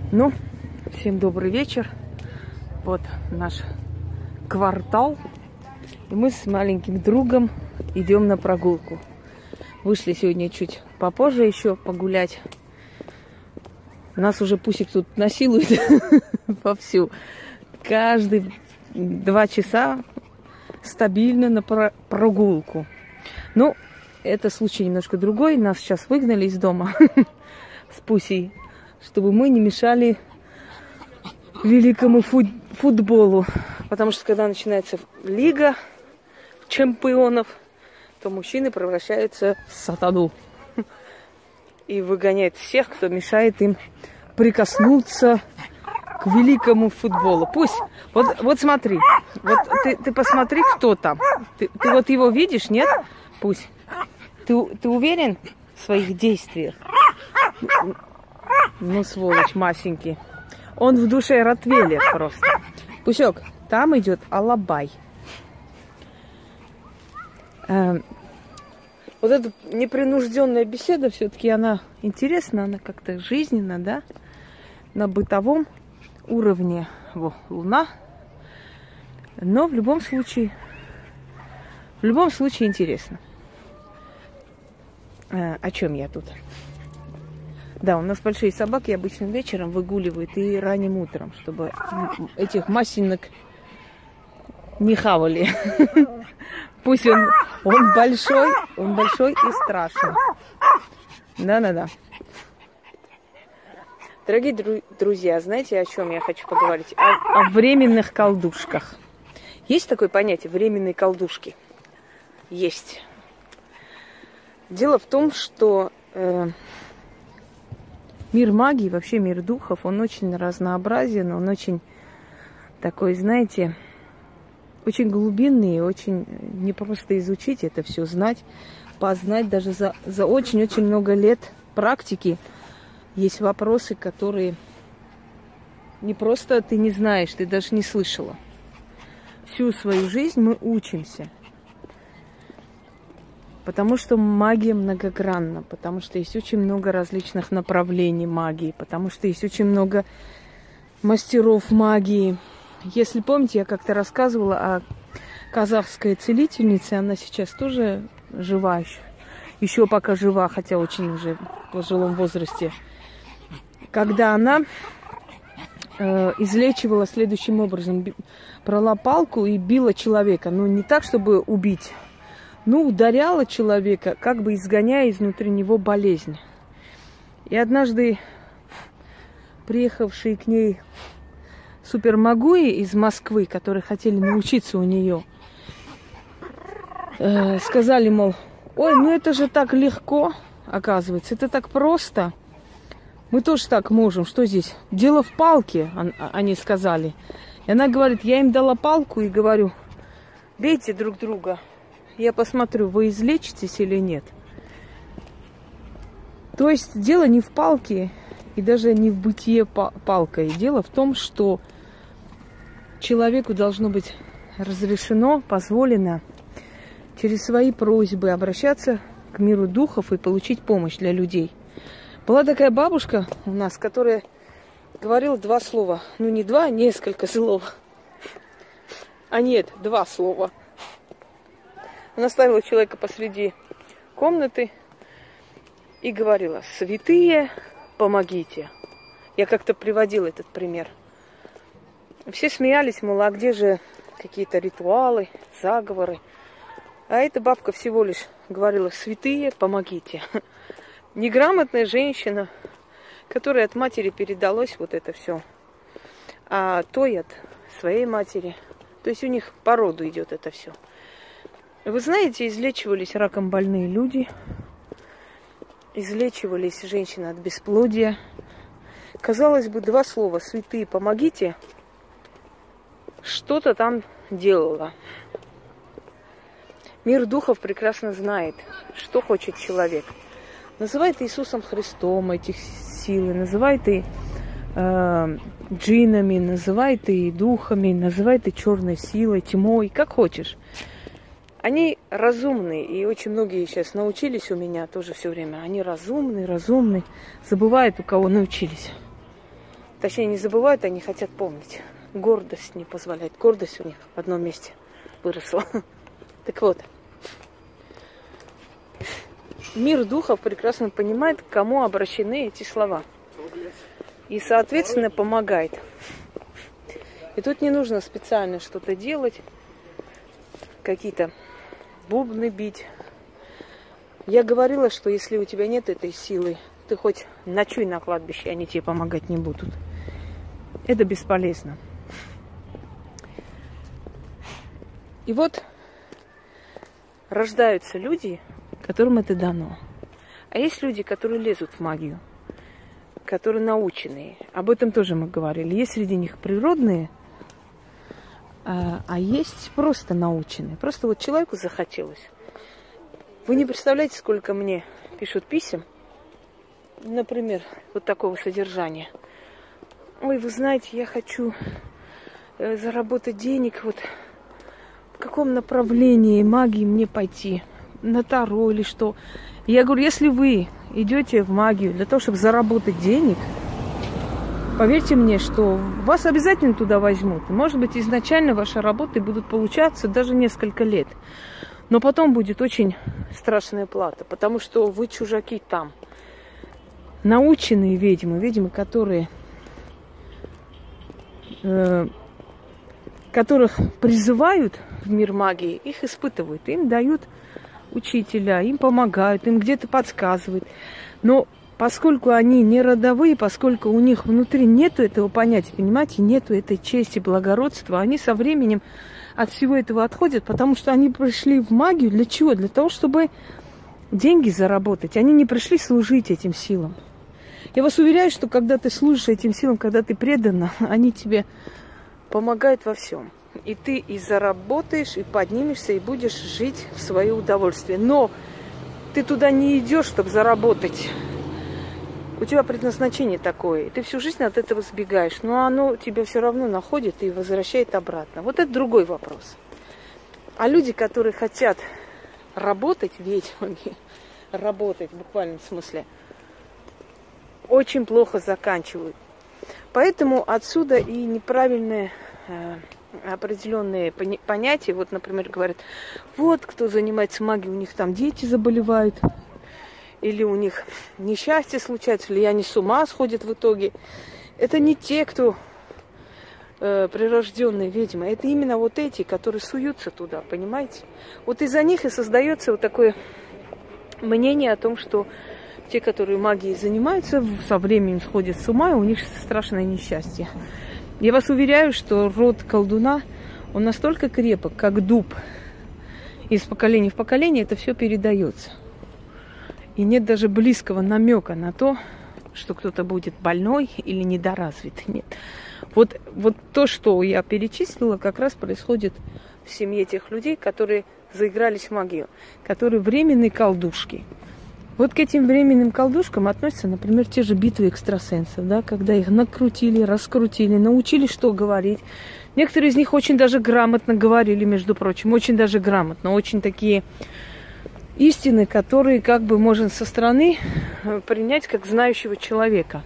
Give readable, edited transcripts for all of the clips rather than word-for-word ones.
Ну, всем добрый вечер. Вот наш квартал. И мы с маленьким другом идем на прогулку. Вышли сегодня чуть попозже еще погулять. Нас уже Пусик тут насилует вовсю. Каждые 2 часа стабильно на прогулку. Ну, это случай немножко другой. Нас сейчас выгнали из дома с Пусей, чтобы мы не мешали великому футболу. Потому что когда начинается лига чемпионов, то мужчины превращаются в сатану и выгоняют всех, кто мешает им прикоснуться к великому футболу. Пусть, вот смотри, вот ты посмотри, кто там. Ты вот его видишь, нет? Пусть. Ты уверен в своих действиях? Ну, сволочь, масенький. Он в душе ротвейлер просто. Пусек, там идет алабай. Вот эта непринужденная беседа, все-таки она интересна, она как-то жизненна, да? На бытовом уровне. Во, луна. Но в любом случае интересно. О чем я тут? Да, у нас большие собаки обычно вечером выгуливают и ранним утром, чтобы этих масенок не хавали. Пусть он большой и страшный. Да. Дорогие друзья, знаете, о чем я хочу поговорить? О временных колдушках. Есть такое понятие временные колдушки? Есть. Дело в том, что мир магии, вообще мир духов, он очень разнообразен, он очень такой, знаете, очень глубинный, очень непросто изучить это все, знать, познать даже за очень-очень много лет практики. Есть вопросы, которые не просто ты не знаешь, ты даже не слышала. Всю свою жизнь мы учимся. Потому что магия многогранна, потому что есть очень много различных направлений магии, потому что есть очень много мастеров магии. Если помните, я как-то рассказывала о казахской целительнице, она сейчас тоже жива еще пока жива, хотя очень уже в пожилом возрасте. Когда она излечивала следующим образом, брала палку и била человека, но не так, чтобы убить, ударяла человека, как бы изгоняя изнутри него болезнь. И однажды приехавшие к ней супермагуи из Москвы, которые хотели научиться у нее, сказали, мол, ой, это же так легко, оказывается, это так просто. Мы тоже так можем, что здесь? Дело в палке, они сказали. И она говорит, я им дала палку и говорю, бейте друг друга. Я посмотрю, вы излечитесь или нет. То есть дело не в палке и даже не в бытие палкой. Дело в том, что человеку должно быть разрешено, позволено через свои просьбы обращаться к миру духов и получить помощь для людей. Была такая бабушка у нас, которая говорила 2 слова. Ну, не 2, а несколько слов. А нет, 2 слова. Она ставила человека посреди комнаты и говорила, святые, помогите. Я как-то приводила этот пример. Все смеялись, мол, а где же какие-то ритуалы, заговоры? А эта бабка всего лишь говорила, святые, помогите. Неграмотная женщина, которой от матери передалось вот это все, а той от своей матери. То есть у них по роду идет это все. Вы знаете, излечивались раком больные люди, излечивались женщины от бесплодия. Казалось бы, 2 слова «святые, помогите» что-то там делало. Мир духов прекрасно знает, что хочет человек. Называет Иисусом Христом этих силы, называет и джиннами, называет и духами, называет и черной силой, тьмой, как хочешь. Они разумные, и очень многие сейчас научились у меня тоже все время. Они разумные, забывают, у кого научились. Точнее, не забывают, они хотят помнить. Гордость не позволяет. Гордость у них в одном месте выросла. Так вот. Мир духов прекрасно понимает, к кому обращены эти слова. И, соответственно, помогает. И тут не нужно специально что-то делать, какие-то бубны бить. Я говорила, что если у тебя нет этой силы, ты хоть ночуй на кладбище, они тебе помогать не будут. Это бесполезно. И вот рождаются люди, которым это дано. А есть люди, которые лезут в магию, которые наученные. Об этом тоже мы говорили. Есть среди них природные, а есть просто наученные. Просто вот человеку захотелось. Вы не представляете, сколько мне пишут писем, например, вот такого содержания. Ой, вы знаете, я хочу заработать денег, вот в каком направлении магии мне пойти, на Таро или что. Я говорю, если вы идете в магию для того, чтобы заработать денег, поверьте мне, что вас обязательно туда возьмут. Может быть, изначально ваши работы будут получаться даже несколько лет. Но потом будет очень страшная плата, потому что вы чужаки там. Наученные ведьмы, которых призывают в мир магии, их испытывают, им дают учителя, им помогают, им где-то подсказывают. Но поскольку они не родовые, поскольку у них внутри нету этого понятия, понимаете, нету этой чести, благородства, они со временем от всего этого отходят, потому что они пришли в магию для чего? Для того, чтобы деньги заработать. Они не пришли служить этим силам. Я вас уверяю, что когда ты служишь этим силам, когда ты предана, они тебе помогают во всем. И ты и заработаешь, и поднимешься, и будешь жить в свое удовольствие. Но ты туда не идешь, чтобы заработать. У тебя предназначение такое, и ты всю жизнь от этого сбегаешь. Но оно тебя все равно находит и возвращает обратно. Вот это другой вопрос. А люди, которые хотят работать ведьмами, работать в буквальном смысле, очень плохо заканчивают. Поэтому отсюда и неправильные определенные понятия. Вот, например, говорят, вот кто занимается магией, у них там дети заболевают, или у них несчастье случается, или они с ума сходят в итоге. Это не те, кто прирожденные ведьмы. Это именно вот эти, которые суются туда, понимаете? Вот из-за них и создается вот такое мнение о том, что те, которые магией занимаются, со временем сходят с ума, и у них страшное несчастье. Я вас уверяю, что род колдуна, он настолько крепок, как дуб. Из поколения в поколение это все передается. И нет даже близкого намека на то, что кто-то будет больной или недоразвит. Нет. Вот то, что я перечислила, как раз происходит в семье тех людей, которые заигрались в магию, которые временные колдушки. Вот к этим временным колдушкам относятся, например, те же битвы экстрасенсов, да, когда их накрутили, раскрутили, научили, что говорить. Некоторые из них очень даже грамотно говорили, между прочим, очень даже грамотно, очень такие истины, которые как бы можно со стороны принять как знающего человека.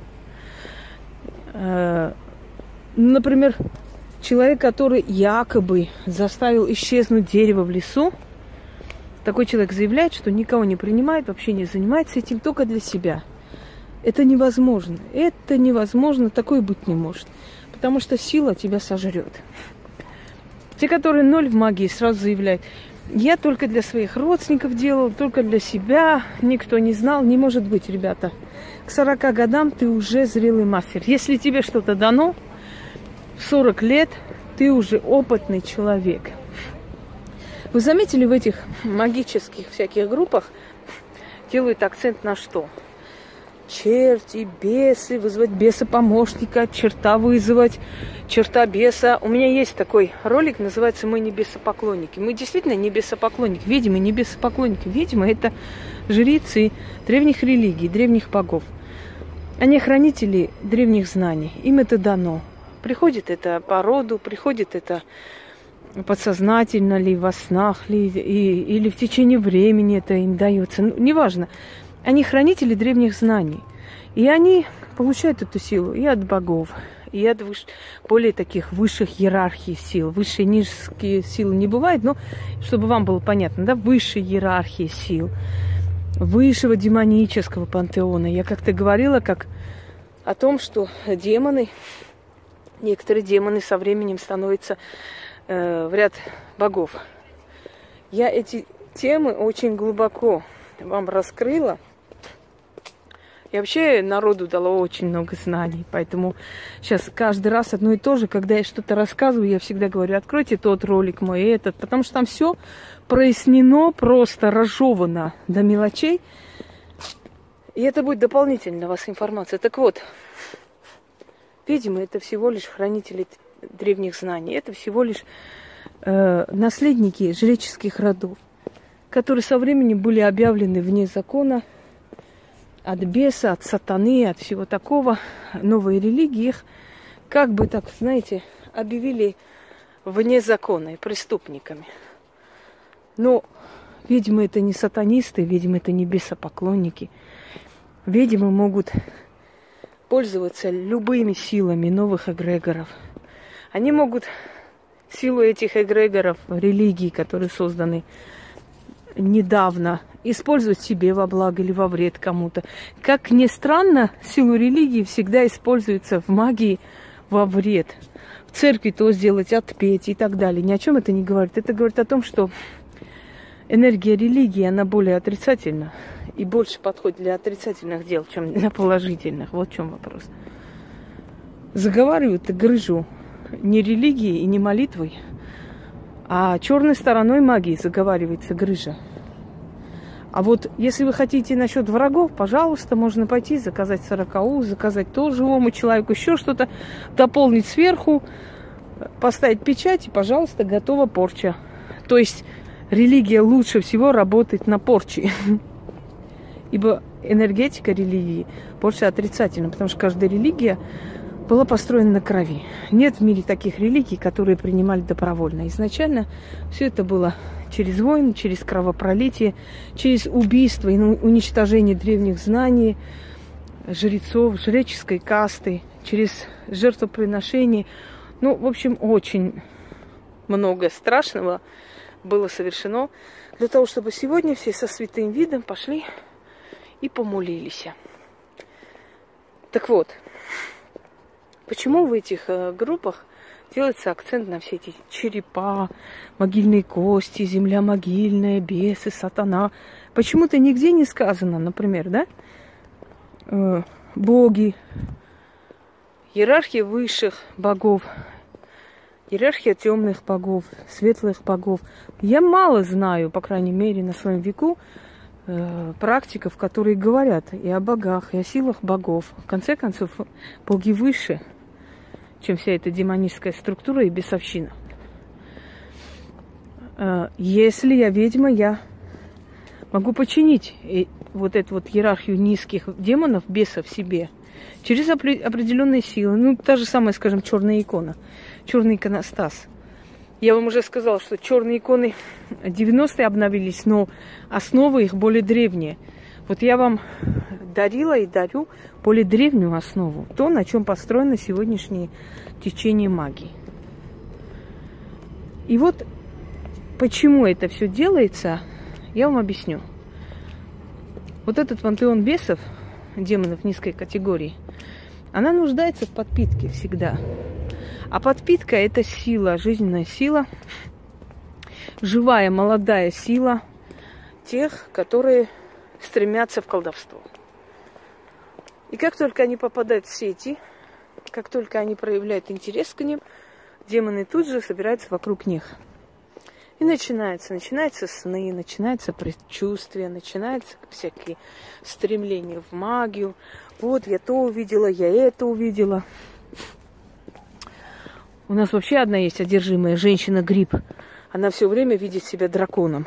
Например, человек, который якобы заставил исчезнуть дерево в лесу, такой человек заявляет, что никого не принимает, вообще не занимается этим, только для себя. Это невозможно. Это невозможно, такое быть не может. Потому что сила тебя сожрет. Те, которые ноль в магии, сразу заявляют, я только для своих родственников делал, только для себя, никто не знал. Не может быть, ребята. К 40 годам ты уже зрелый мастер. Если тебе что-то дано, в 40 лет ты уже опытный человек. Вы заметили, в этих магических всяких группах делают акцент на что? Черти, бесы, вызвать беса-помощника, черта вызвать, черта беса. У меня есть такой ролик, называется «Мы не бесопоклонники». Мы действительно не бесопоклонники. Ведьмы не бесопоклонники. Ведьмы – это жрицы древних религий, древних богов. Они хранители древних знаний. Им это дано. Приходит это по роду, приходит это подсознательно ли, во снах ли, или в течение времени это им дается. Ну, неважно. Они хранители древних знаний. И они получают эту силу и от богов, и от более таких высших иерархий сил. Высшие и низкие силы не бывает, но чтобы вам было понятно, да, высшие иерархии сил, высшего демонического пантеона. Я как-то говорила о том, что некоторые демоны со временем становятся в ряд богов. Я эти темы очень глубоко вам раскрыла. Я вообще народу дала очень много знаний, поэтому сейчас каждый раз одно и то же, когда я что-то рассказываю, я всегда говорю: откройте тот ролик мой, этот, потому что там все прояснено, просто разжевано до мелочей, и это будет дополнительная у вас информация. Так вот, видимо, это всего лишь хранители древних знаний, это всего лишь наследники жреческих родов, которые со временем были объявлены вне закона, от беса, от сатаны, от всего такого. Новые религии их, как бы так, знаете, объявили вне закона и преступниками. Но, видимо, это не сатанисты, видимо, это не бесопоклонники. Видимо, могут пользоваться любыми силами новых эгрегоров. Они могут силу этих эгрегоров, религий, которые созданы недавно, использовать себе во благо или во вред кому-то. Как ни странно, силу религии всегда используется в магии во вред. В церкви то сделать, отпеть и так далее. Ни о чем это не говорит. Это говорит о том, что энергия религии, она более отрицательна и больше подходит для отрицательных дел, чем для положительных. Вот в чем вопрос. Заговаривают и грыжу не религией и не молитвой, а черной стороной магии заговаривается грыжа. А вот если вы хотите насчет врагов, пожалуйста, можно пойти заказать сорокау, заказать тоже живому человеку еще что-то, дополнить сверху, поставить печать, и, пожалуйста, готова порча. То есть религия лучше всего работает на порче. Ибо энергетика религии больше отрицательна, потому что каждая религия была построена на крови. Нет в мире таких религий, которые принимали добровольно. Изначально все это было через войны, через кровопролитие, через убийство и уничтожение древних знаний, жрецов, жреческой касты, через жертвоприношение. Ну, в общем, очень много страшного было совершено для того, чтобы сегодня все со святым видом пошли и помолились. Так вот, почему в этих группах делается акцент на все эти черепа, могильные кости, земля могильная, бесы, сатана? Почему-то нигде не сказано, например, да, боги, иерархия высших богов, иерархия темных богов, светлых богов. Я мало знаю, по крайней мере, на своем веку, практиков, которые говорят и о богах, и о силах богов. В конце концов, боги выше, чем вся эта демоническая структура и бесовщина. Если я ведьма, я могу подчинить вот эту вот иерархию низких демонов, бесов себе, через определенные силы. Ну, та же самая, скажем, черная икона, черный иконостас. Я вам уже сказала, что черные иконы 90-е обновились, но основы их более древние. Вот я вам дарила и дарю более древнюю основу. То, на чем построено сегодняшнее течение магии. И вот почему это все делается, я вам объясню. Вот этот пантеон бесов, демонов низкой категории, она нуждается в подпитке всегда. А подпитка – это сила, жизненная сила, живая, молодая сила тех, которые стремятся в колдовство. И как только они попадают в сети, как только они проявляют интерес к ним, демоны тут же собираются вокруг них. И начинаются сны, начинаются предчувствия, начинаются всякие стремления в магию. Вот я то увидела, я это увидела. У нас вообще одна есть одержимая женщина-гриб. Она все время видит себя драконом.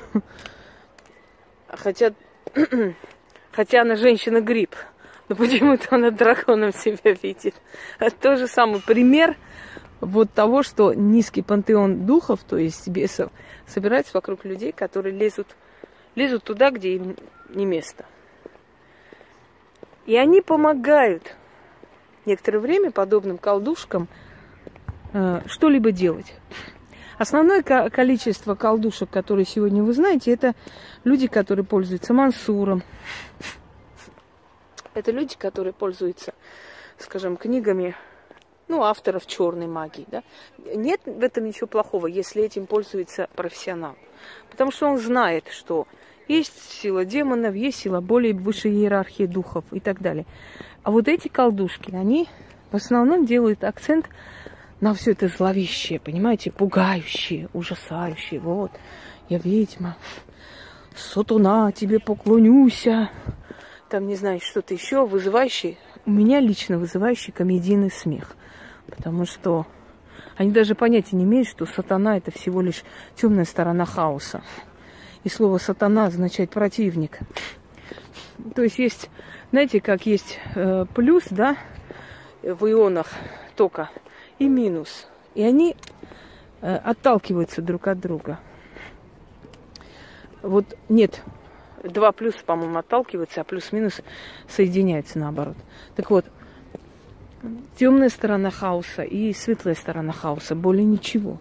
Хотя она женщина-гриб. Но почему-то она драконом себя видит. Это тот же самый пример вот того, что низкий пантеон духов, то есть бесов, собирается вокруг людей, которые лезут туда, где им не место. И они помогают некоторое время подобным колдушкам что-либо делать. Основное количество колдушек, которые сегодня вы знаете, это люди, которые пользуются мансуром. Это люди, которые пользуются, скажем, книгами, авторов черной магии. Да? Нет в этом ничего плохого, если этим пользуется профессионал. Потому что он знает, что есть сила демонов, есть сила более высшей иерархии духов и так далее. А вот эти колдушки, они в основном делают акцент на все это зловещее, понимаете, пугающее, ужасающее. Вот, я ведьма, сатана, тебе поклонюся. Там, не знаю, что-то еще вызывающее. У меня лично вызывающий комедийный смех. Потому что они даже понятия не имеют, что сатана – это всего лишь темная сторона хаоса. И слово сатана означает противник. То есть, знаете, как есть плюс, да, в ионах тока, и минус. И они отталкиваются друг от друга. Вот нет, 2 плюс, по-моему, отталкиваются, а плюс-минус соединяются наоборот. Так вот, темная сторона хаоса и светлая сторона хаоса, более ничего.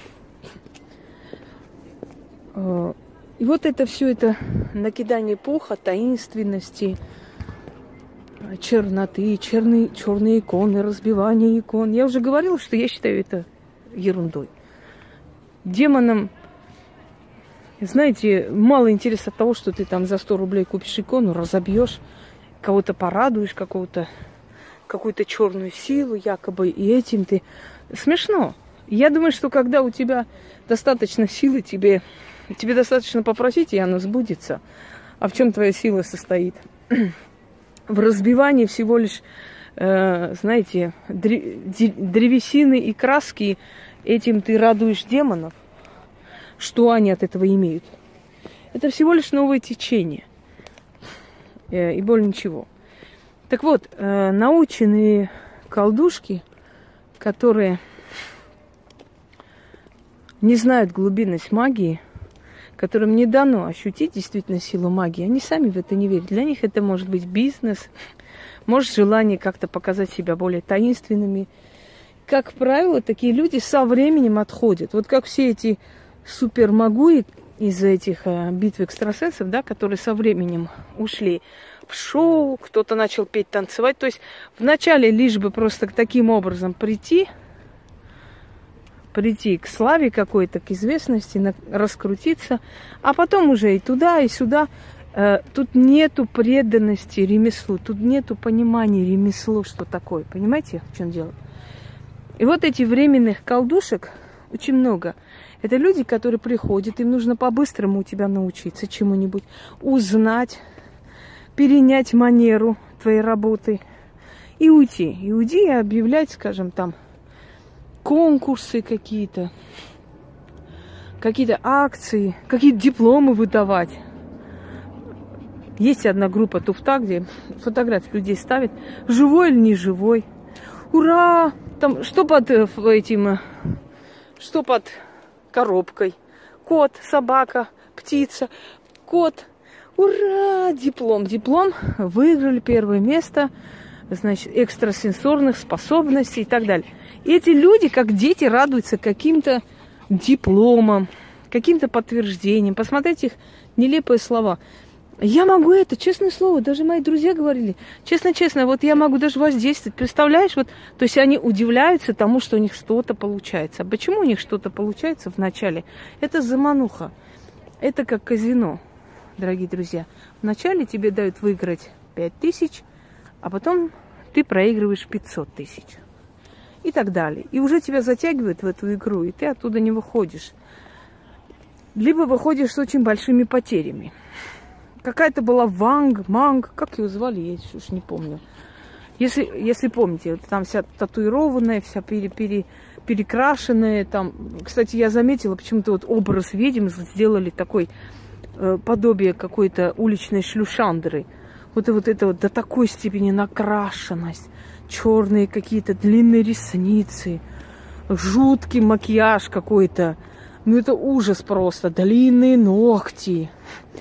И вот это все это накидание пуха, таинственности, черноты, черные иконы, разбивание икон. Я уже говорила, что я считаю это ерундой. Демонам, знаете, мало интереса от того, что ты там за 100 рублей купишь икону, разобьешь, кого-то порадуешь, какую-то черную силу якобы, и этим ты... Смешно. Я думаю, что когда у тебя достаточно силы, тебе достаточно попросить, и оно сбудется. А в чем твоя сила состоит? В разбивании всего лишь, знаете, древесины и краски. Этим ты радуешь демонов. Что они от этого имеют? Это всего лишь новое течение. И более ничего. Так вот, наученные колдушки, которые не знают глубинность магии, которым не дано ощутить действительно силу магии, они сами в это не верят. Для них это может быть бизнес, может желание как-то показать себя более таинственными. Как правило, такие люди со временем отходят. Вот как все эти супермагуи из этих битв экстрасенсов, да, которые со временем ушли в шоу, кто-то начал петь, танцевать. То есть вначале лишь бы просто таким образом прийти к славе какой-то, к известности, раскрутиться, а потом уже и туда, и сюда. Тут нету преданности ремеслу, тут нету понимания ремеслу, что такое. Понимаете, в чем дело? И вот эти временных колдушек очень много. Это люди, которые приходят, им нужно по-быстрому у тебя научиться чему-нибудь, узнать, перенять манеру твоей работы и уйти. И уйти и объявлять, скажем, там, конкурсы какие-то акции, какие-то дипломы выдавать. Есть одна группа туфта, где фотографии людей ставят, живой или не живой. Ура! Там что под этим, что под коробкой? Кот, собака, птица, кот. Ура! Диплом. Выиграли первое место, значит, экстрасенсорных способностей и так далее. И эти люди, как дети, радуются каким-то дипломам, каким-то подтверждениям. Посмотрите их нелепые слова. Я могу это, честное слово, даже мои друзья говорили, честно, вот я могу даже воздействовать, представляешь, вот, то есть они удивляются тому, что у них что-то получается. А почему у них что-то получается вначале? Это замануха, это как казино, дорогие друзья. Вначале тебе дают выиграть 5000, а потом ты проигрываешь 500 000 и так далее. И уже тебя затягивают в эту игру, и ты оттуда не выходишь. Либо выходишь с очень большими потерями. Какая-то была Манг, как ее звали, я уж не помню. Если помните, там вся татуированная, вся перекрашенная. Там, кстати, я заметила, почему-то вот образ ведьм сделали такой, подобие какой-то уличной шлюшандры. Вот это вот до такой степени накрашенность, черные какие-то длинные ресницы, жуткий макияж какой-то. Ну это ужас просто, длинные ногти.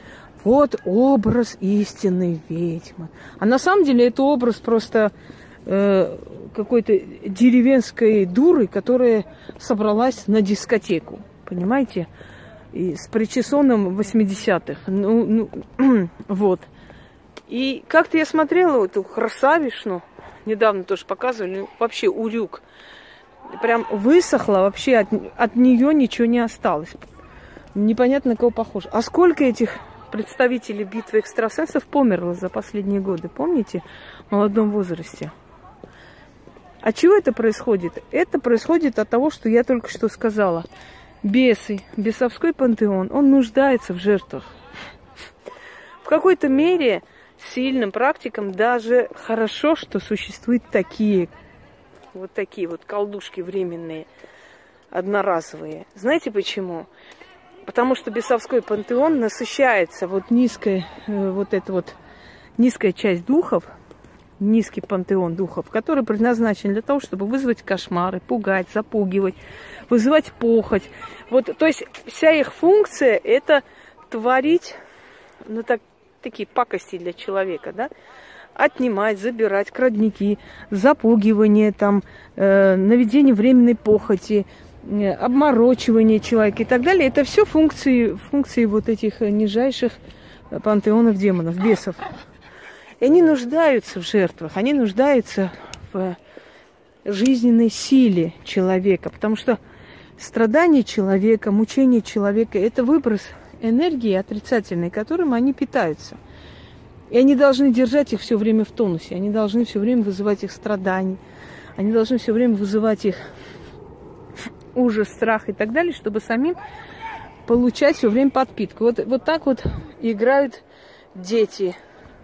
вот образ истинной ведьмы. А на самом деле это образ просто какой-то деревенской дуры, которая собралась на дискотеку. Понимаете? И с причесоном 80-х. Вот. И как-то я смотрела эту красавишну, недавно тоже показывали, вообще урюк. Прям высохла, вообще от нее ничего не осталось. Непонятно, на кого похож. А сколько этих представителей битвы экстрасенсов померло за последние годы, помните? В молодом возрасте. От чего это происходит? Это происходит от того, что я только что сказала. Бесы, бесовской пантеон, он нуждается в жертвах. В какой-то мере сильным практикам даже хорошо, что существуют такие вот колдушки временные, одноразовые. Знаете почему? Потому что бесовской пантеон насыщается низкая часть духов, низкий пантеон духов, который предназначен для того, чтобы вызвать кошмары, пугать, запугивать, вызывать похоть. То есть вся их функция – это творить такие пакости для человека, да? Отнимать, забирать, крадники, запугивание, наведение временной похоти, обморочивание человека и так далее. Это все функции вот этих нижайших пантеонов демонов, бесов. И они нуждаются в жертвах, они нуждаются в жизненной силе человека, потому что страдание человека, мучение человека – это выброс энергии отрицательной, которым они питаются. И они должны держать их все время в тонусе, они должны все время вызывать их страдания, они должны все время вызывать их ужас, страх и так далее, чтобы самим получать все время подпитку. Вот так вот играют дети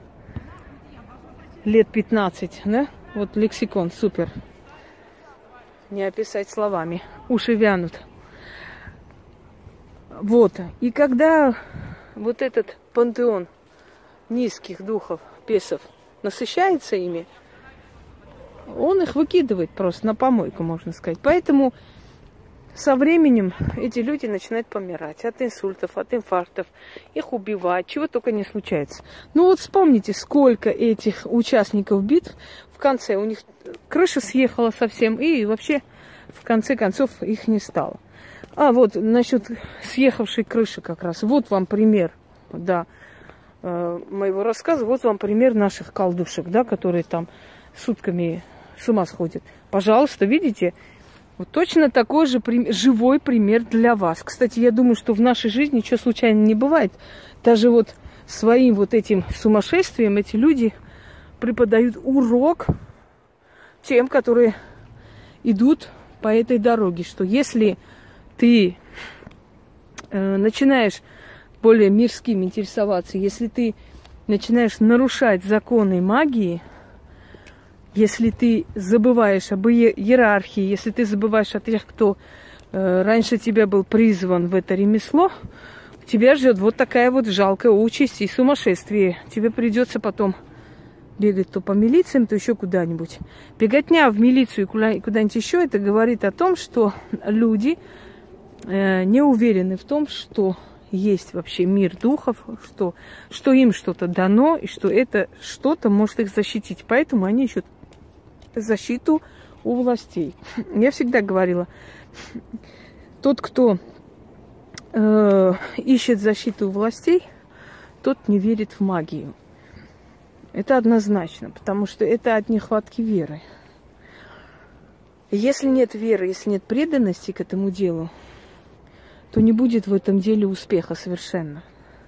лет 15, да? Вот лексикон, супер. Не описать словами. Уши вянут. И когда вот этот пантеон низких духов, бесов, насыщается ими, он их выкидывает просто на помойку, можно сказать. Поэтому со временем эти люди начинают помирать от инсультов, от инфарктов, их убивают, чего только не случается. Вспомните, сколько этих участников битв в конце, у них крыша съехала совсем, и вообще в конце концов их не стало. Насчет съехавшей крыши как раз. Вот вам пример, моего рассказа, вот вам пример наших колдушек, которые там сутками с ума сходят. Пожалуйста, видите? Точно такой же живой пример для вас. Кстати, я думаю, что в нашей жизни ничего случайно не бывает. Даже своим этим сумасшествием эти люди преподают урок тем, которые идут по этой дороге. Что если ты начинаешь более мирским интересоваться, если ты начинаешь нарушать законы магии, если ты забываешь об иерархии, если ты забываешь о тех, кто раньше тебя был призван в это ремесло, тебя ждет такая жалкая участь и сумасшествие. Тебе придется потом бегать то по милициям, то еще куда-нибудь. Беготня в милицию и куда-нибудь еще, это говорит о том, что люди не уверены в том, что есть вообще мир духов, что им что-то дано, и что это что-то может их защитить. Поэтому они ищут защиту у властей. Я всегда говорила, тот, кто ищет защиту у властей, тот не верит в магию. Это однозначно, потому что это от нехватки веры. Если нет веры, если нет преданности к этому делу, то не будет в этом деле успеха совершенно.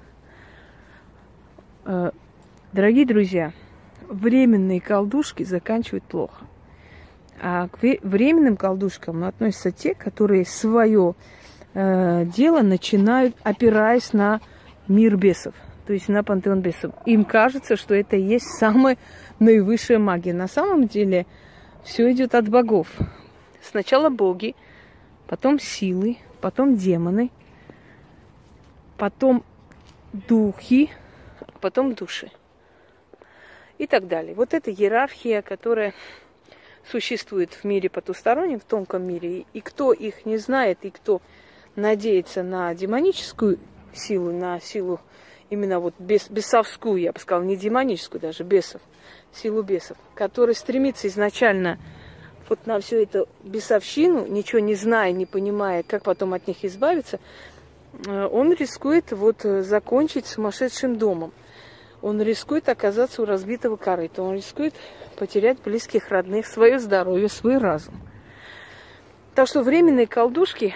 Дорогие друзья, временные колдушки заканчивают плохо. А к временным колдушкам относятся те, которые свое дело начинают, опираясь на мир бесов, то есть на пантеон бесов. Им кажется, что это и есть самая наивысшая магия. На самом деле все идет от богов. Сначала боги, потом силы, потом демоны, потом духи, потом души. И так далее. Вот эта иерархия, которая существует в мире потустороннем, в тонком мире. И кто их не знает, и кто надеется на демоническую силу, на силу именно вот бесовскую, я бы сказала, не демоническую даже, бесов, силу бесов, который стремится изначально вот на всю эту бесовщину, ничего не зная, не понимая, как потом от них избавиться, он рискует вот закончить сумасшедшим домом. Он рискует оказаться у разбитого корыта, он рискует потерять близких, родных, свое здоровье, свой разум. Так что временные колдушки,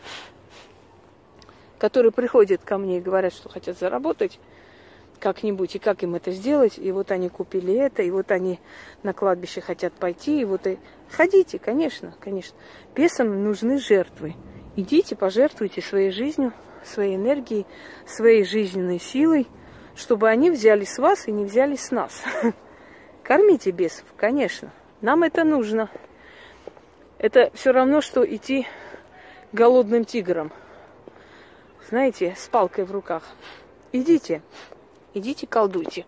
которые приходят ко мне и говорят, что хотят заработать как-нибудь, и как им это сделать, и вот они купили это, и вот они на кладбище хотят пойти, и вот и... Ходите, конечно, конечно. Бесам нужны жертвы. Идите, пожертвуйте своей жизнью, своей энергией, своей жизненной силой, чтобы они взяли с вас и не взяли с нас. Кормите бесов, конечно. Нам это нужно. Это все равно, что идти голодным тигром. Знаете, с палкой в руках. Идите, идите, колдуйте.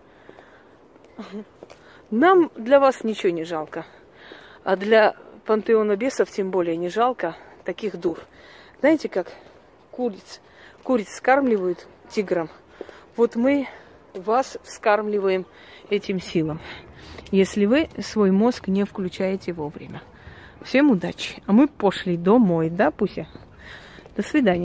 Нам для вас ничего не жалко. А для пантеона бесов тем более не жалко таких дур. Знаете, как куриц скармливают тиграм. Вот мы вас скармливаем этим силам, если вы свой мозг не включаете вовремя. Всем удачи. А мы пошли домой, да, Пуся? До свидания.